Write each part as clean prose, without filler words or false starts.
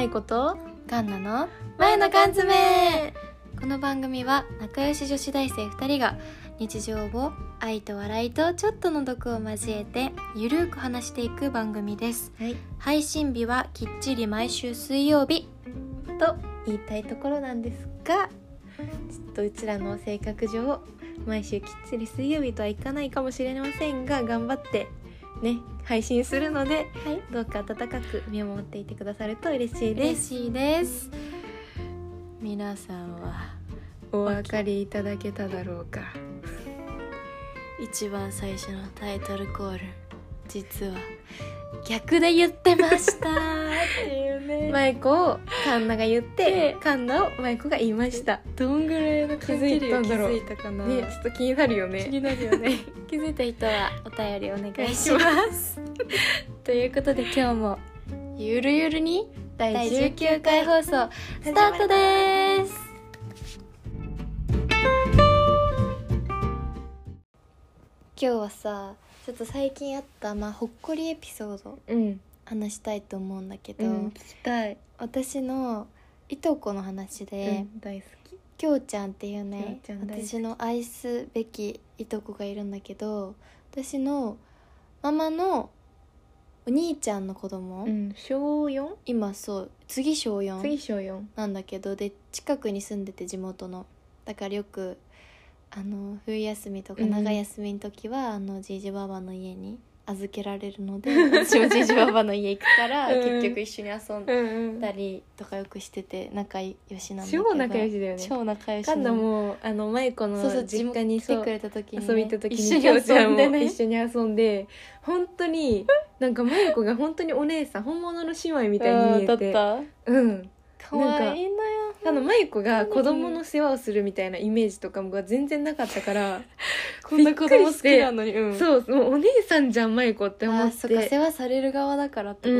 いことカンナの前の缶詰。この番組は仲良し女子大生2人が日常を愛と笑いとちょっとの毒を交えてゆるく話していく番組です、 はい配信日はきっちり毎週水曜日。 と言いたいところなんですが、ちょっとうちらの性格上毎週きっちり水曜日とはいかないかもしれませんが、頑張ってね配信するので、どうか温かく見守っていてくださると嬉しいです。 嬉しいです。皆さんはお分かりいただけただろうか。 一番最初のタイトルコール、実は逆で言ってましたっていうね。 マイコをカンナが言ってカンナをマイコが言いました。 どんぐらいの気づいたんだろう。 気づいたかな、 ね、ちょっと気になるよね。 気になるよね気づいた人はお便りお願いしますということで今日もゆるゆるに第19回放送スタートです。今日はさ、ちょっと最近あった、ほっこりエピソード話したいと思うんだけど、 聞きたい。 私のいとこの話で、 大好き。 きょうちゃんっていうね、 きょうちゃん大好き。 私の愛すべきいとこがいるんだけど、私のママのお兄ちゃんの子供、 小 4？ 今そう次小4 次小 4？ なんだけど、で近くに住んでて地元の、だからよく冬休みとか長休みの時は、じいじばばの家に預けられるので私もじいじばばの家行くから結局一緒に遊んだりとかよくしてて仲良しなんだけど、 超仲良しだよね。 超仲良しカンナもマイコの実家に来てくれた時に、ね、 遊びに行った時一緒ににきょうちゃんも遊んでね、 一緒に遊んで、本当になんかマイコが本当にお姉さん、本物の姉妹みたいに見えて、 だった可愛いのよ。 マイコが子供の世話をするみたいなイメージとかが全然なかったからこんな子供好きなのに、 そうもうお姉さんじゃんマイコって思って。 そっか、世話される側だからってこと、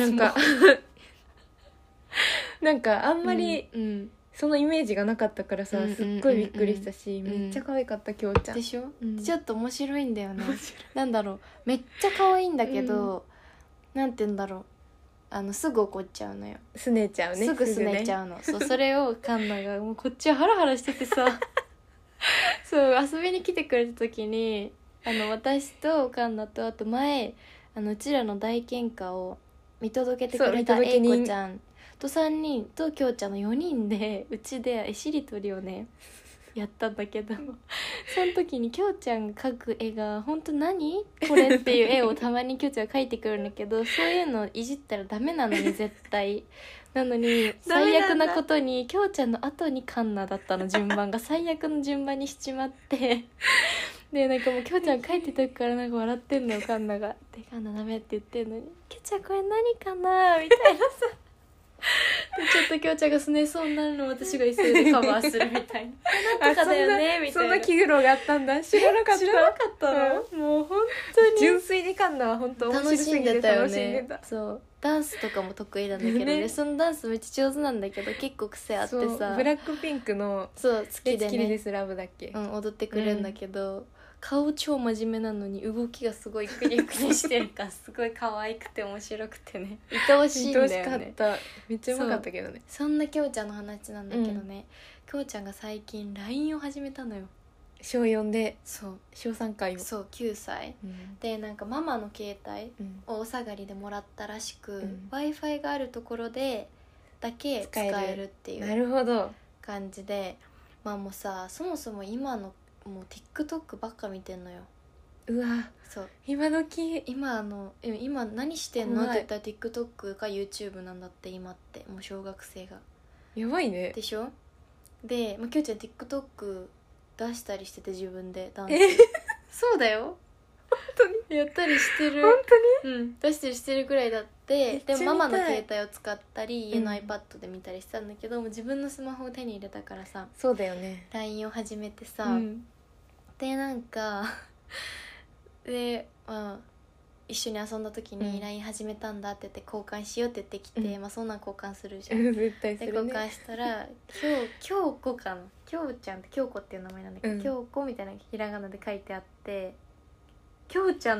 なんかあんまり、そのイメージがなかったからさ、すっごいびっくりしたし、めっちゃ可愛かったきょうちゃんでしょ、ちょっと面白いんだよね。なんだろう、めっちゃ可愛いんだけど、なんて言うんだろう、すぐ怒っちゃうのよ。 すねちゃうね。 すぐすねちゃうの、そう、それをカンナがもうこっちはハラハラしててさそう遊びに来てくれた時に私とカンナと、あと前うちらの大喧嘩を見届けてくれた英子ちゃんと3人ときょうちゃんの4人でうちで絵しりとりをねやったんだけど、その時にきょうちゃんが描く絵が本当何これっていう絵をたまにきょうちゃんが描いてくるんだけど、そういうのいじったらダメなのに絶対なのに最悪なことにきょうちゃんの後にカンナだったの、順番が最悪の順番にしちまってでなんかもうきょうちゃん描いてた時からなんか笑ってんのよカンナが。でカンナダメって言ってんのに、きょうちゃんこれ何かなみたいなさでちょっときょうちゃんがすねそうになるのを私が急いでカバーするみたいななんとかだよねみたいな。 そんな気苦労があったんだ。知らなかったの、もう本当に純粋にカンナは本当面白すぎて楽しんでた。 そうダンスとかも得意なんだけどね、そのダンスめっちゃ上手なんだけど結構癖あってさ、 ブラックピンクのそう好きでね、 レッツキルですラブだっけ、 踊ってくれるんだけど、顔超真面目なのに動きがすごいクニクニしてるからすごい可愛くて面白くてね愛おしいんだよね。 愛おしかった。めっちゃうまかったけどね。 そんなきょうちゃんの話なんだけどね、きょうちゃんが最近 LINE を始めたのよ。 小4で、 そう小3回を、 そう9歳、でなんかママの携帯をお下がりでもらったらしく、Wi-Fi があるところでだけ使えるっていう感じで、もうさ、そもそも今のもう TikTok ばっか見てんのよ。 うわ、 そう今時今何してんのって言ったら TikTok か YouTube なんだって。今ってもう小学生がやばいね。 でしょ。で、きょうちゃん TikTok 出したりしてて自分でダンスそうだよ、本当にやったりしてる。 本当に、 出してるぐらいだって。でもママの携帯を使ったり家の iPad で見たりしたんだけど、もう自分のスマホを手に入れたからさ、 そうだよね、 LINE を始めてさ、でなんかで、一緒に遊んだ時に LINE 始めたんだって言って交換しようって言ってきて、そんなん交換するじゃん絶対するね。 で交換したら京子かな、きょうちゃんって京子っていう名前なんだけど、京子みたいなひらがなで書いてあって、きょうちゃんだ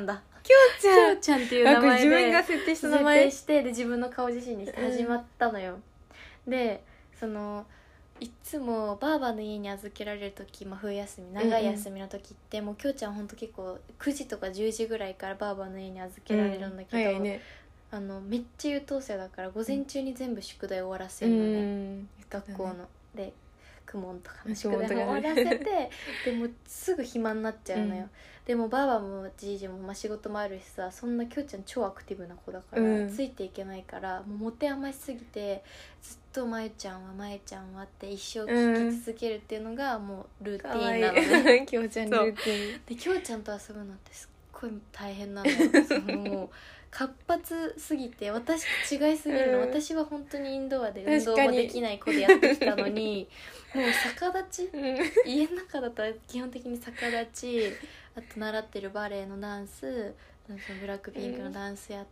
きょうちゃんっていう名前で自分が設定した名前設定してで自分の顔自身にして始まったのよ、でいつもばあばの家に預けられる時、冬休み長い休みの時って、もうきょうちゃんほんと結構9時とか10時ぐらいからばあばの家に預けられるんだけど、 早いね。 めっちゃ優等生だから午前中に全部宿題終わらせるのね、学校ので公文とかの宿題も終わらせてでもすぐ暇になっちゃうのよ、でもばあばもじいじも、仕事もあるしさ、そんなきょうちゃん超アクティブな子だから、ついていけないからもう持て余しすぎてずっとまゆちゃんはまゆちゃんはって一生聞き続けるっていうのがもうルーティーンなのねきょうちゃんルーティンできょうちゃんと遊ぶのってすっごい大変なのよもう活発すぎて私と違いすぎるの、私は本当にインドアで運動もできない子でやってきたのにもう逆立ち、家の中だったら基本的に逆立ち、あと習ってるバレエのダンス、ブラックピンクのダンスやって、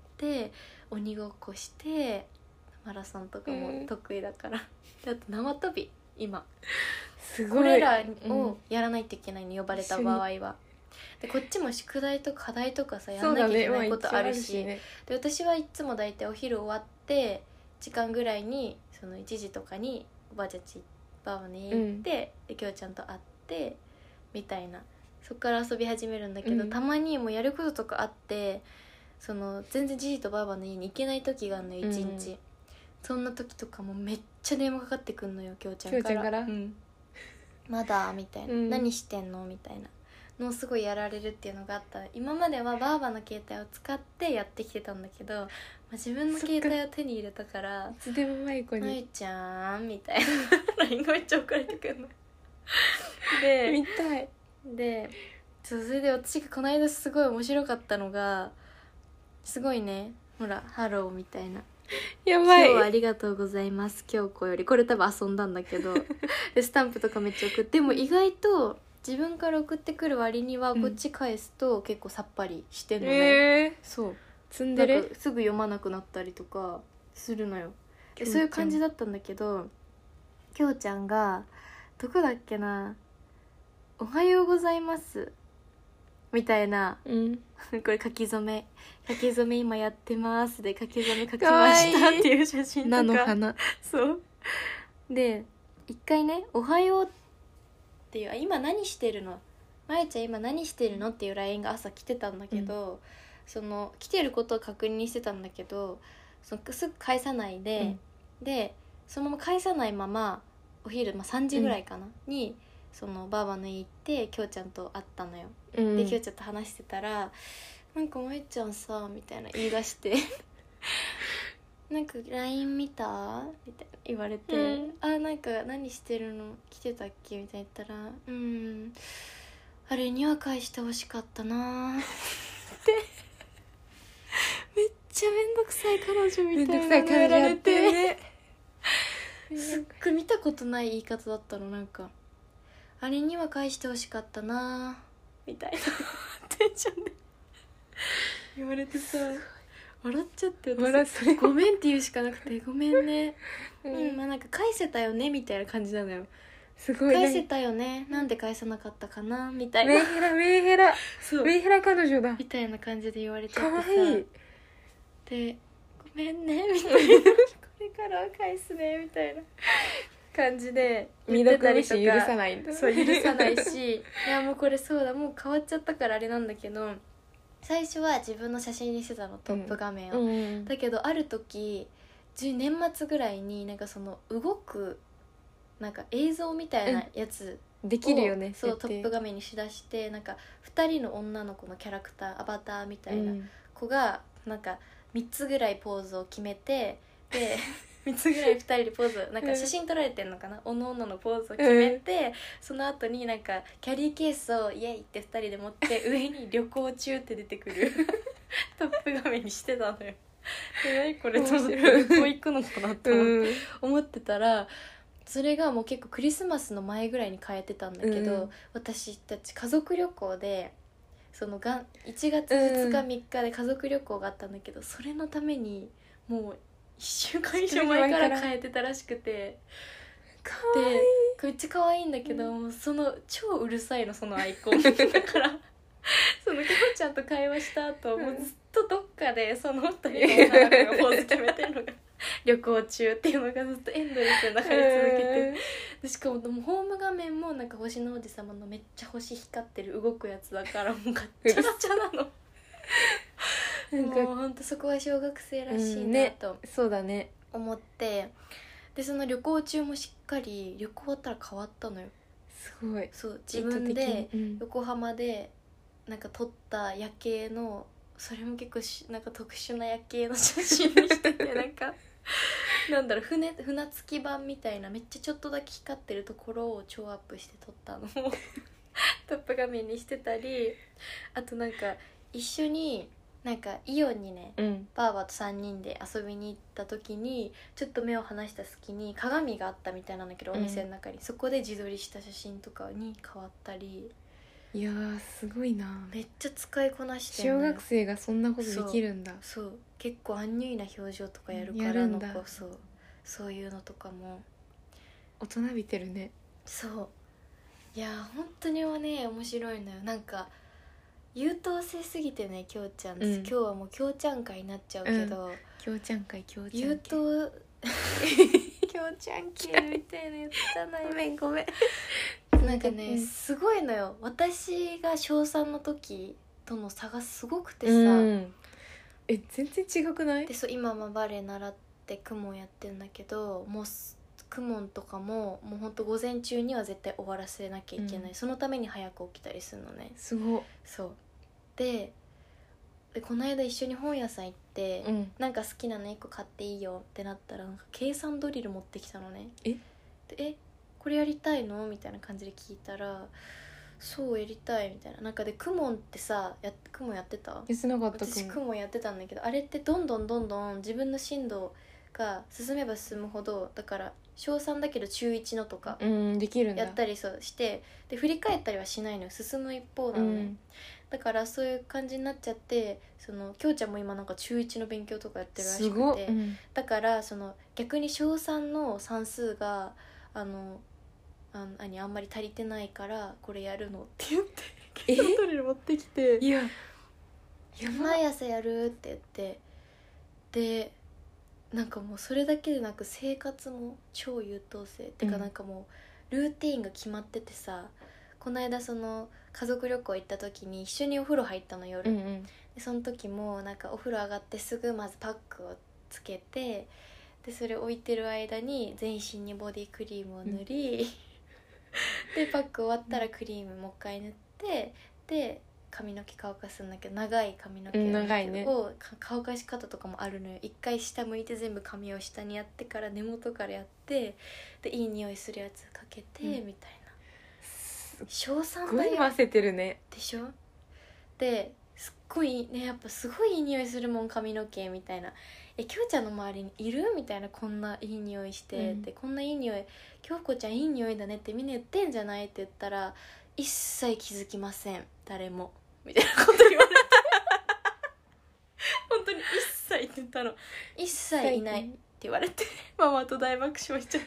鬼ごっこしてマラソンとかも得意だから、であと縄跳び今すごいこれらをやらないといけないの、呼ばれた場合は。でこっちも宿題とか課題とかさやんなきゃいけないことあるし、で私はいつも大体お昼終わって時間ぐらいにその1時とかにおばあちゃんちばあばに行って、できょうちゃんと会ってみたいな、そっから遊び始めるんだけど、たまにもうやることとかあって全然じじとばあばの家に行けない時があるのよ1日、そんな時とかもめっちゃ電話かかってくんのよきょうちゃんから、まだみたいな、何してんのみたいなのすごいやられるっていうのがあった。今まではばあばの携帯を使ってやってきてたんだけど、自分の携帯を手に入れたからいつでもまゆこにまゆちゃんみたいなLINE がめっちゃ送られてくるので見たいでそれで私がこの間すごい面白かったのが、すごいね、ほらハローみたいな、 やばい、 今日はありがとうございます京子より、これ多分遊んだんだけどでスタンプとかめっちゃ送って、でも意外と自分から送ってくる割にはこっち返すと結構さっぱりしてんのね、そう積んでるなんかすぐ読まなくなったりとかするのよ。でそういう感じだったんだけど、きょうちゃんがどこだっけな、おはようございますみたいな、これ書き初め今やってますで書き初め書きましたっていう写真とか、 菜の花そうで一回ね、おはようっていう、今何してるのまゆちゃん今何してるのっていう LINE が朝来てたんだけど、来てることを確認してたんだけどすぐ返さないで、でそのまま返さないままお昼、3時ぐらいかな、にばあばの家行ってきょうちゃんと会ったのよ、できょうちゃんと話してたら、なんかまゆちゃんさみたいな言い出してなんか LINE 見たみたいな言われて、なんか何してるの来てたっけみたいな言ったら、あれには返してほしかったなってめっちゃめんどくさい彼女みたいなのやられて、すっごい見たことない言い方だったの、なんかあれには返してほしかったなみたいなテンションで言われてさ、笑っちゃって私ごめんって言うしかなくて、ごめんね、なんか返せたよねみたいな感じなのよ。 すごい返せたよね、なんで返さなかったかなみたいな、 メンヘラそうメンヘラ彼女だみたいな感じで言われちゃってさ、 かわいいでごめんねみたいなこれからは返すねみたいな感じで未読無視許さないんだ、 そう許さないしいやもうこれそうだ、もう変わっちゃったからあれなんだけど、最初は自分の写真にしてたの、トップ画面を、だけどある時年末ぐらいになんか動くなんか映像みたいなやつできるよね、 そうトップ画面にしだして、なんか2人の女の子のキャラクターアバターみたいな子がなんか3つぐらいポーズを決めて、で3つぐらい2人でポーズなんか写真撮られてんのかな、おのおののポーズを決めて、その後になんかキャリーケースをイエイって2人で持って上に旅行中って出てくるトップ画面にしてたのよ。で何これと思って旅行行くのかなと思ってたら、それがもう結構クリスマスの前ぐらいに変えてたんだけど、私たち家族旅行で1月2日3日で家族旅行があったんだけど、それのためにもう1週間以上前から変えてたらしくて、 かわいい、 でめっちゃ可愛いんだけど、もう超うるさいのそのアイコンだからそのきょうちゃんと会話した後、もうずっとどっかでその2人の女の子がポーズ決めてるのが旅行中っていうのがずっとエンドレスで流れ続けて、でしかももうホーム画面もなんか星の王子様のめっちゃ星光ってる動くやつだからもうガッチャガチャなのなんかもうほんとそこは小学生らしいなねとそうだね。 思って、でその旅行中もしっかり旅行終わったら変わったのよ。 すごいそう自分で意図的に横浜でなんか撮った夜景の、それも結構なんか特殊な夜景の写真にしててなんかなんだろう船着き版みたいなめっちゃちょっとだけ光ってるところを超アップして撮ったのをトップ画面にしてたり、あとなんか一緒になんかイオンにね、 うんばあばと3人で遊びに行った時にちょっと目を離した隙に鏡があったみたいなんだけど、 うんお店の中にそこで自撮りした写真とかに変わったり、 いやーすごいな。 めっちゃ使いこなしてん小のよ。 学生がそんなことできるんだ。 そう結構アンニュイな表情とかやるからやるんだあの子そういうのとかも大人びてるね。 そういや本当にはね面白いのよ。なんか優等生すぎてねきょうちゃん、今日はもうきょうちゃん会になっちゃうけど、 きょうちゃん会きょうちゃ優ん系等きょうちゃん系みたいなやつだな。ごめんごめん。 なんかねすごいのよ。私が小3の時との差がすごくてさ、 全然違くない？ でそう今はバレエ習って公文やってんだけど、もう公文とかもほんと午前中には絶対終わらせなきゃいけない、そのために早く起きたりするのね。 すごっ。 そうでこの間一緒に本屋さん行って、なんか好きなの1個買っていいよってなったらなんか計算ドリル持ってきたのね。でこれやりたいのみたいな感じで聞いたら、そうやりたいみたいな。なんかで公文ってさ公文やってた？ やってなかった。 私公文やってたんだけど、あれってどんどん自分の進度が進めば進むほど、だから小3だけど中1のとかできるんだ。 やったりそうしてで振り返ったりはしないのよ、進む一方なのね、だからそういう感じになっちゃって、そのきょうちゃんも今なんか中1の勉強とかやってるらしすごっ。 くて、だからその逆に小3の算数があんまり足りてないからこれやるのって言って計算ドリル持ってきて、 いや毎朝やるって言って、でなんかもうそれだけでなく生活も超優等生ってか、なんかもうルーティーンが決まっててさ、この間その家族旅行行った時に一緒にお風呂入ったの夜、でその時もなんかお風呂上がってすぐまずパックをつけて、でそれ置いてる間に全身にボディクリームを塗り、でパック終わったらクリームもう一回塗って、で髪の毛乾かすんだけど、長い髪の毛なんだけど、乾かし方とかもあるのよ。一回下向いて全部髪を下にやってから根元からやって、でいい匂いするやつかけて、みたいな。小3 すごい混ぜてるね。 でしょ。ですっごいね、やっぱすごいいい匂いするもん髪の毛みたいな。きょうちゃんの周りにいるみたいな、こんないい匂いして、でこんないい匂い京子ちゃんいい匂いだねってみんな言ってんじゃないって言ったら、一切気づきません誰もみたいなこと言われて本当に一切って言ったの、一切いないって言われてママと大爆笑しちゃって、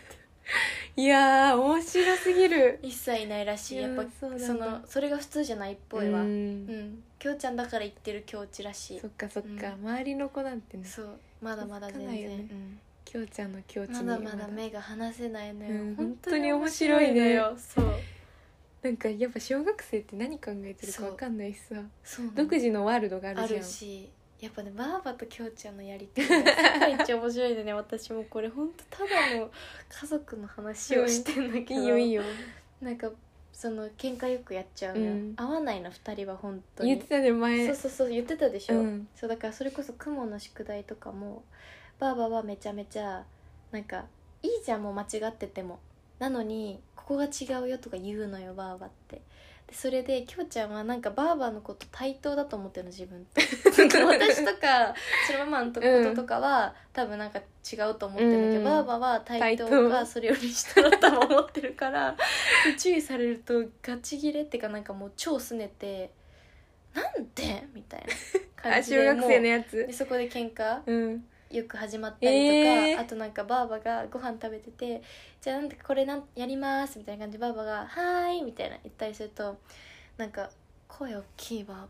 いやー面白すぎる。 一切いないらしい。やっぱそれが普通じゃないっぽいわ。きょうちゃんだから言ってるきょうちらしい。 そっかそっか、周りの子なんてね、 そうまだまだ全然、 きょうちゃんのきょうちにまだまだ目が離せないのよ、 本当に面白いね。 そうなんかやっぱ小学生って何考えてるか分かんないしさ、 そう独自のワールドがあるじゃん。 あるし、やっぱねばあばときょうちゃんのやりとりが世界一面白いでね私もこれほんとただの家族の話をしてんだけど、 いいよいいよ。 なんかその喧嘩よくやっちゃうのよ、合わないの2人は本当に。 言ってたね前。 そう言ってたでしょ、そうだからそれこそ雲の宿題とかもばあばはめちゃめちゃなんかいいじゃんもう間違ってても、なのにここが違うよとか言うのよばあばって。でそれできょうちゃんはなんかばあばのこと対等だと思ってるの自分って私とかそのママのこととかは、多分なんか違うと思ってるんだけど、ばあばは対等がそれより下だとも思ってるからで注意されるとガチギレってか、なんかもう超すねてなんでみたいな感じで小学生のやつでそこで喧嘩、よく始まったりとか、あとなんかばあばがご飯食べてて、じゃあなんでこれやりますみたいな感じでばあばがはーいみたいな言ったりすると、なんか声大きいばあば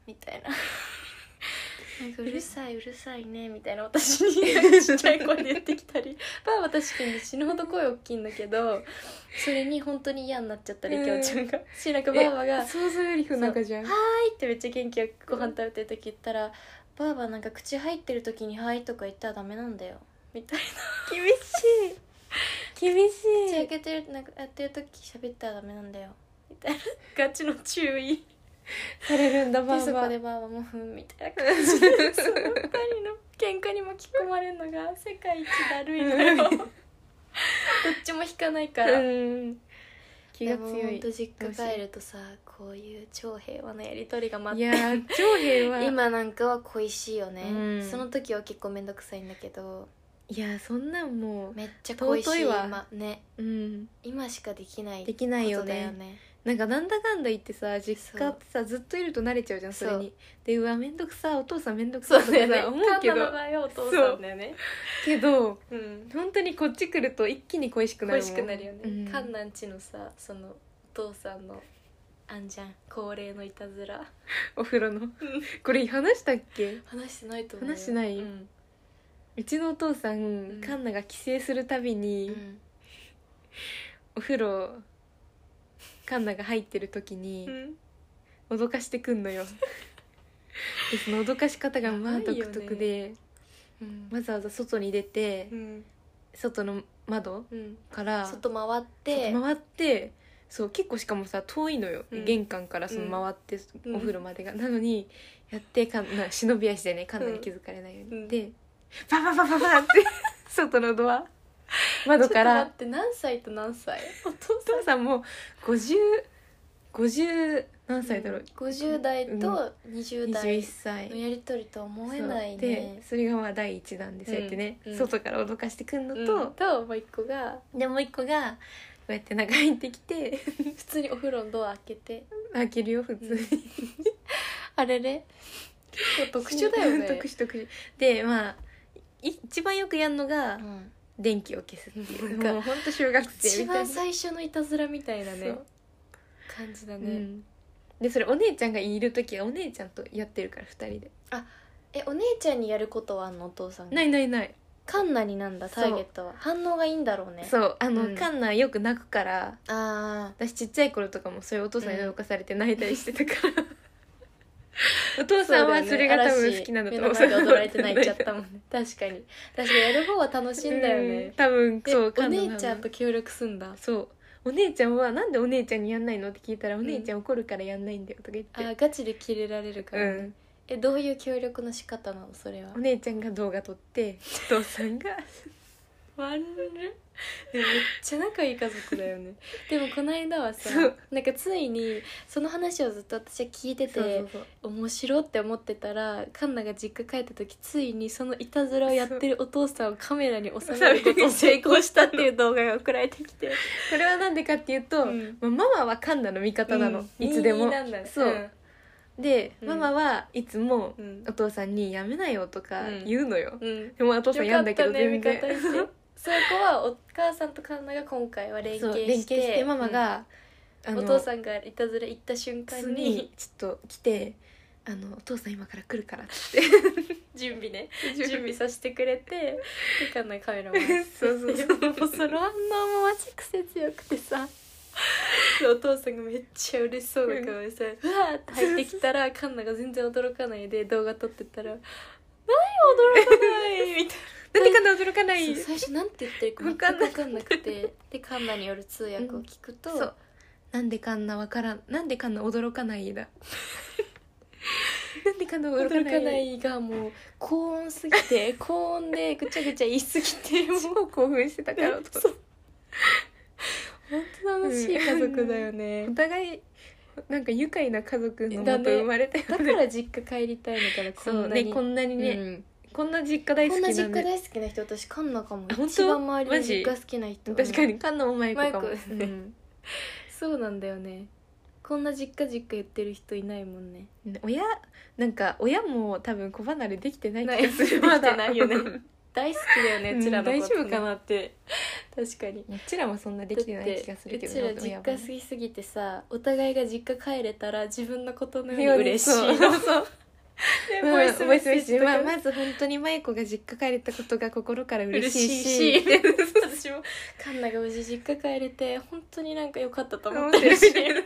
みたいななんかうるさいうるさいねみたいな私にちっちゃい声で言ってきたりばあは確かに死ぬほど声大きいんだけどそれに本当に嫌になっちゃったりきょうちゃんがなんかばあばが想像より不仲じゃん。 はーいってめっちゃ元気よくご飯食べてる時言ったら、ばあばなんか口入ってる時にはいとか言ったらダメなんだよみたいな厳しい厳し口開い。 けてるなんかやってる時喋ったらダメなんだよみたいなガチの注意されるんだばでそこあば。 でばあばもふんみたいな感じでその2人の喧嘩に巻き込まれるのが世界一だるいのよどっちも引かないから気が強い。 ほんと実家帰るとさこういう超平和なやり取りが待いってや超平和。 今なんかは恋しいよね、 うんその時は結構めんどくさいんだけどいやそんなんもめっちゃ恋しい尊いわ今ねう、 今しかできないできないよねことだよねなんかなんだかんだ言ってさ実家ってさずっといると慣れちゃうじゃんそれに。でうわめんどくさお父さんめんどくさとかさ思うけどカンナの場合はお父さんだよねけどうん本当にこっち来ると一気に恋しくなる恋もん。 しくなるよね、 うんカンナんちのさそのお父さんのあんじゃん恒例のいたずらお風呂のこれ話したっけ。 話してないと思うよ話してない、 うんうちのお父さん、 うんカンナが帰省するたびに、お風呂カンナが入ってる時に脅かしてくんのよでその脅かし方がまあ独特で、わざわざ外に出て、外の窓から外回って外回ってそう結構しかもさ遠いのよ、 うん玄関からその回って、 うんお風呂までがなのにやって忍び足でねカンナに気づかれないように、 うんでパパパパパって外のドア窓かちょっらと待って何歳と何歳おお父さんも50何歳だろう、 50代と20代 21歳のやり取りとは思えないそうでねそれがまあ第一弾でそうやってね、 うん外から脅かしてくんのとと、 もう一個がでもう一個がこうやって中入ってきて普通にお風呂のドア開けて開けるよ普通に、 あれね結構特殊だよね特殊でまあ一番よくやるのがうん電気を消すっていうなんかもうほんと小学生一みたいな番最初のいたずらみたいなねそう感じだね、 うん、でそれお姉ちゃんがいる時はお姉ちゃんとやってるから2人でお姉ちゃんにやることはあんのお父さんがないないない、 カンナになんだターゲットは反応がいいんだろうねそううんカンナよく泣くからあ私ちっちゃい頃とかもそういうお父さんに脅かされて泣いたりしてたから、お父さんはそれが多分好きなんだと思う。 目の前で踊られて泣いちゃったもんね確かにやる方は楽しいんだようんね、 多分でそうお姉ちゃんと協力すんだそうお姉ちゃんはなんでお姉ちゃんにやんないのって聞いたら、お姉ちゃん怒るからやんないんだよとか言って、 ガチでキレられるから、ねどういう協力の仕方なのそれはお姉ちゃんが動画撮ってお父さんが悪いめっちゃ仲いい家族だよねでもこの間はさそうなんかついにその話をずっと私は聞いててそう面白って思ってたらカンナが実家帰った時ついにそのいたずらをやってるお父さんをカメラに収めることを成功したっていう動画が送られてきてこれはなんでかっていうと、 うんまあママはカンナの味方なの、いつでもなんだねそう、で、 うんママはいつもうんお父さんに「やめなよ」とかうん言うのよ、 うんでもお父さんやんだけどよかったね全然味方にしてそこはお母さんとカンナが今回は連そう携連携してママが、 お父さんがいたずら行った瞬間ににちょっと来てお父さん今から来るからって準備ね準備させてくれてでカンナカメラもそうそうそうもうその反応もマジ癖強くてさお父さんがめっちゃ嬉しそうな顔でさうわーって入ってきたらカンナが全然驚かないで動画撮ってたら「何驚かない」みたいなんでかな驚かなな、 いそう最初なんて言ってるか全く分かんなくてでカンナによる通訳を聞くと、 そうなんでカンナ驚かないだなんでカンナ驚かない驚かないがもう高音すぎて高音でぐちゃぐちゃ言いすぎてもう超興奮してたからそう本当楽しい家族だよねお、互いなんか愉快な家族のもだねと生まれたよだから実家帰りたいのかなこそうんなにねこんなにね、 うんこんな実家大好こんなきなんで実家大好きな人私カンナかもあ本当一番周りのマジ実家好きな人確かにカンナもマイコかもマイコうんそうなんだよねこんな実家言ってる人いないもんね親も多分子離れできてないない気がするできてないよね大好きだよね、うちらのこと、ね、 大丈夫かなって。 確かにうちらもそんなできてない気がするけど、 うちら実家過ぎすぎてさ、お互いが実家帰れたら自分のことのように嬉しいそうそうでボイスメッセージとか、 まず本当に舞子が実家帰れたことが心から嬉しいし私もカンナが無事実家帰れて本当になんか良かったと思ってるしで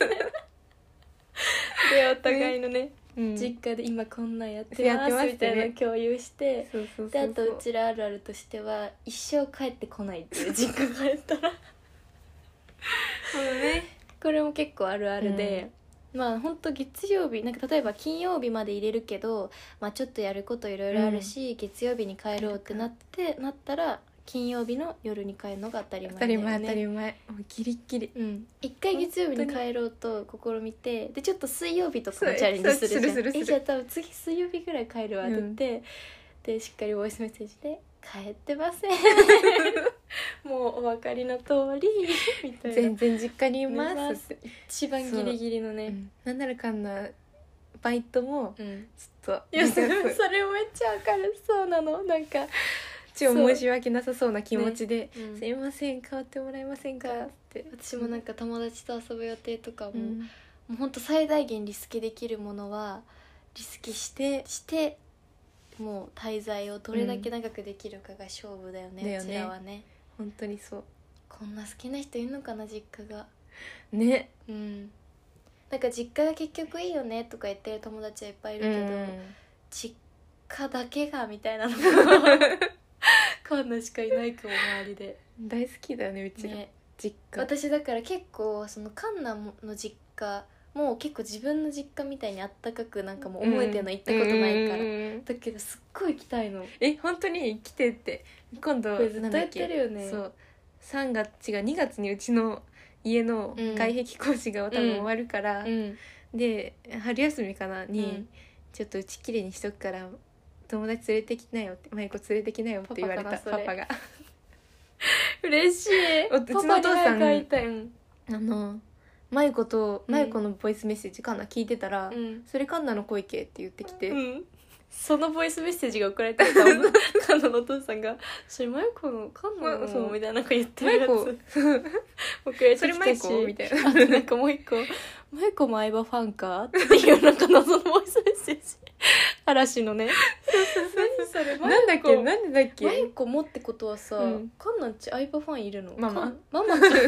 お互いのね、実家で今こんなんやってますみたいなの共有して、であとうちらあるあるとしては一生帰ってこないっていう実家帰ったらこれも結構あるあるで、まあ本当月曜日なんか例えば金曜日まで入れるけど、まあ、ちょっとやることいろいろあるし、月曜日に帰ろうってなったら金曜日の夜に帰るのが当たり前だよね。 当たり前もうギリギリ、 一回月曜日に帰ろうと試みて、でちょっと水曜日とかもチャレンジするじゃん。じゃあ多分次水曜日ぐらい帰るわって言って、でしっかりボイスメッセージで帰ってませんもうお分かりの通りみたいな、 全然実家にいますって一番ギリギリのね、 なんならかんなバイトもちょっと、 いやそれもめっちゃ分かる。そうなの、なんか超申し訳なさそうな気持ちで、すいません変わってもらえませんかって。 私もなんか友達と遊ぶ予定とかも、もうほんと最大限リスケできるものはリスケしてもう滞在をどれだけ長くできるかが勝負だよね、うちらはね。 本当にそう。 こんな好きな人いるのかな実家がね。 なんか実家が結局いいよねとか言ってる友達はいっぱいいるけど、実家だけがみたいなのがカンナしかいないかも周りで。 大好きだよねうちら、実家。私だから結構そのカンナの実家もう結構自分の実家みたいにあったかくなんかもう思えてるの行ったことないから、だけどすっごい行きたいの。 本当に来てって。今度これずっとやってるよね。 そう3月が2月にうちの家の外壁工事が多分終わるから、で春休みかなに、ちょっとうちきれいにしとくから友達連れてきなよって、舞子連れてきなよって言われた。パパが嬉しい。 うちのお父さん書いた舞子のボイスメッセージカンナ聞いてたら、それカンナの声けって言ってきて、 そのボイスメッセージが送られてきたカンナのお父さんが「それマイコのカンナの」みたいな言ってるやつ送られてきたし、 それマイコみたいな、 あとなんかもう一個「マイコも相葉ファンか?」っていうなんか謎のボイスメッセージ嵐のね何それなんだっけなんでだっけ。 マイコもってことはさ、カンナんち相葉ファンいるの？ ママと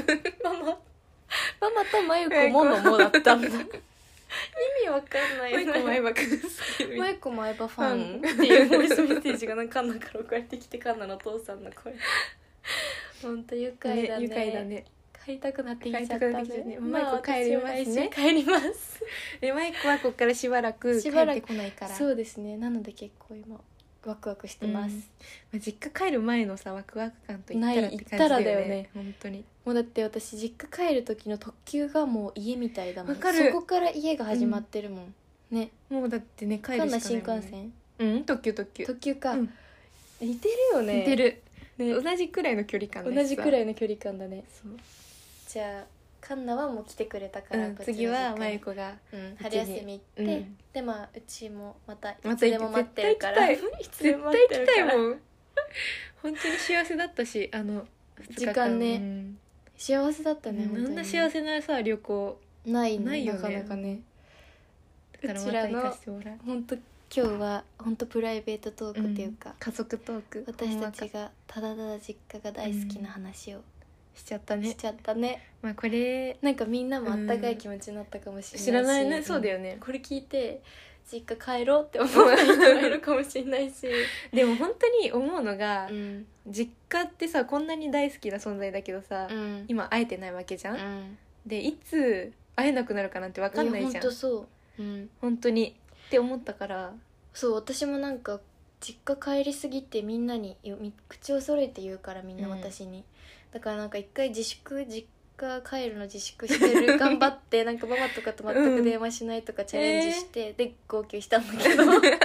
マユコものもだったんだ意味わかんないよね。 マイコも相葉ファンっていうボイスメッセージがカンナから送られてきて、カンナのお父さんの声ほんと愉快だね。帰りたくなってきちゃったね。 マイコ帰りますね。 帰りますでマイコはここからしばらく帰ってこないから。 そうですね。なので結構今ワクワクしてます、 実家帰る前のさワクワク感と言ったらって感じだよね。本当にもうだって私実家帰る時の特急がもう家みたいだもん。 わかる。 そこから家が始まってるもん、ね。 もうだってね帰るしかないもんね。 カンナ新幹線？特急か、似てるよね。 似てる、同じくらいの距離感だしさ。 同じくらいの距離感だね。 そう。 じゃあカンナはもう来てくれたから、 次はまゆこが、 春休み行って、でまあうちもまたいつでも待ってるから絶対行きたいもん本当に幸せだったし時間ね、幸せだったね。 こんな幸せなさ旅行ないよね、 なかなかね。 だからまた行かせてもらう。 本当今日は本当プライベートトークっていうか、 家族トーク、 私たちがただただ実家が大好きな話をしちゃったね。まあこれなんかみんなもあったかい気持ちになったかもしれないし、 知らないね。そうだよね。 これ聞いて実家帰ろうって思った人がいるかもしれないしでも本当に思うのが、実家ってさこんなに大好きな存在だけどさ、今会えてないわけじゃん、でいつ会えなくなるかなんて分かんないじゃん。 本当そう、 本当にって思ったから。 そう私もなんか実家帰りすぎてみんなに口を揃えて言うから、みんな私に、だからなんか一回実家帰るの自粛してる頑張ってなんかママとかと全く電話しないとかチャレンジして、で号泣したんだけどなんか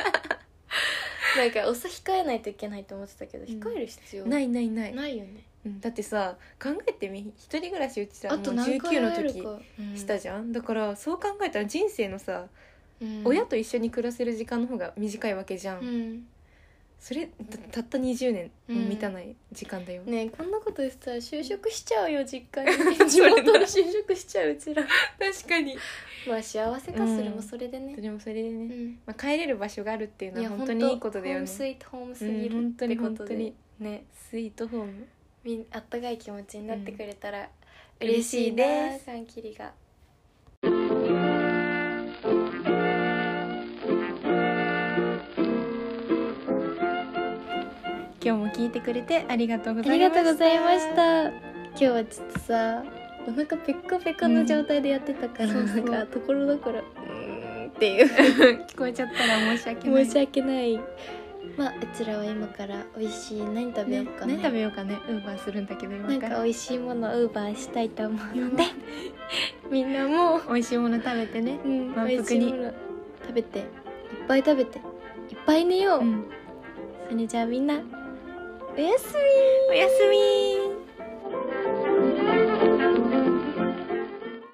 控えないといけないと思ってたけど、控える必要ないよね。 だってさ考えてみ、一人暮らしうちさもう19の時したじゃん、だからそう考えたら人生のさ、親と一緒に暮らせる時間の方が短いわけじゃん、 それたった20年うん満たない時間だよ、 ねえこんなこと言ってたら就職しちゃうよ実家に地元に就職しちゃううちら確かに。 まあ幸せかそれもそれでね、 でもそれでね、 うんまあ、帰れる場所があるっていうのいやは本当にいいことだよね。 ホームスイートホームすぎるうん本当にってことで、 本当にねスイートホーム。 あったかい気持ちになってくれたらうん嬉しい嬉しいなです缶切りが。 今日も聞いてくれてありがとうごあざいました。 りがとうございました。今日はちょっとさお腹ペッカペカの状態でやってたから、 そうそうなんかところどころっていう聞こえちゃったら申し訳ない。 申し訳ない。まあうちらは今から美味しい何食べようかね。 何食べようかね。ウーバーするんだけど今なんかから美味しいものをウーバーしたいと思うのでみんなも、 美味しいもの食べてね。 うん、 満腹に美味しいもの食べていっぱい食べていっぱい寝よう、 うんそれじゃあみんなおやすみ。 おやすみ。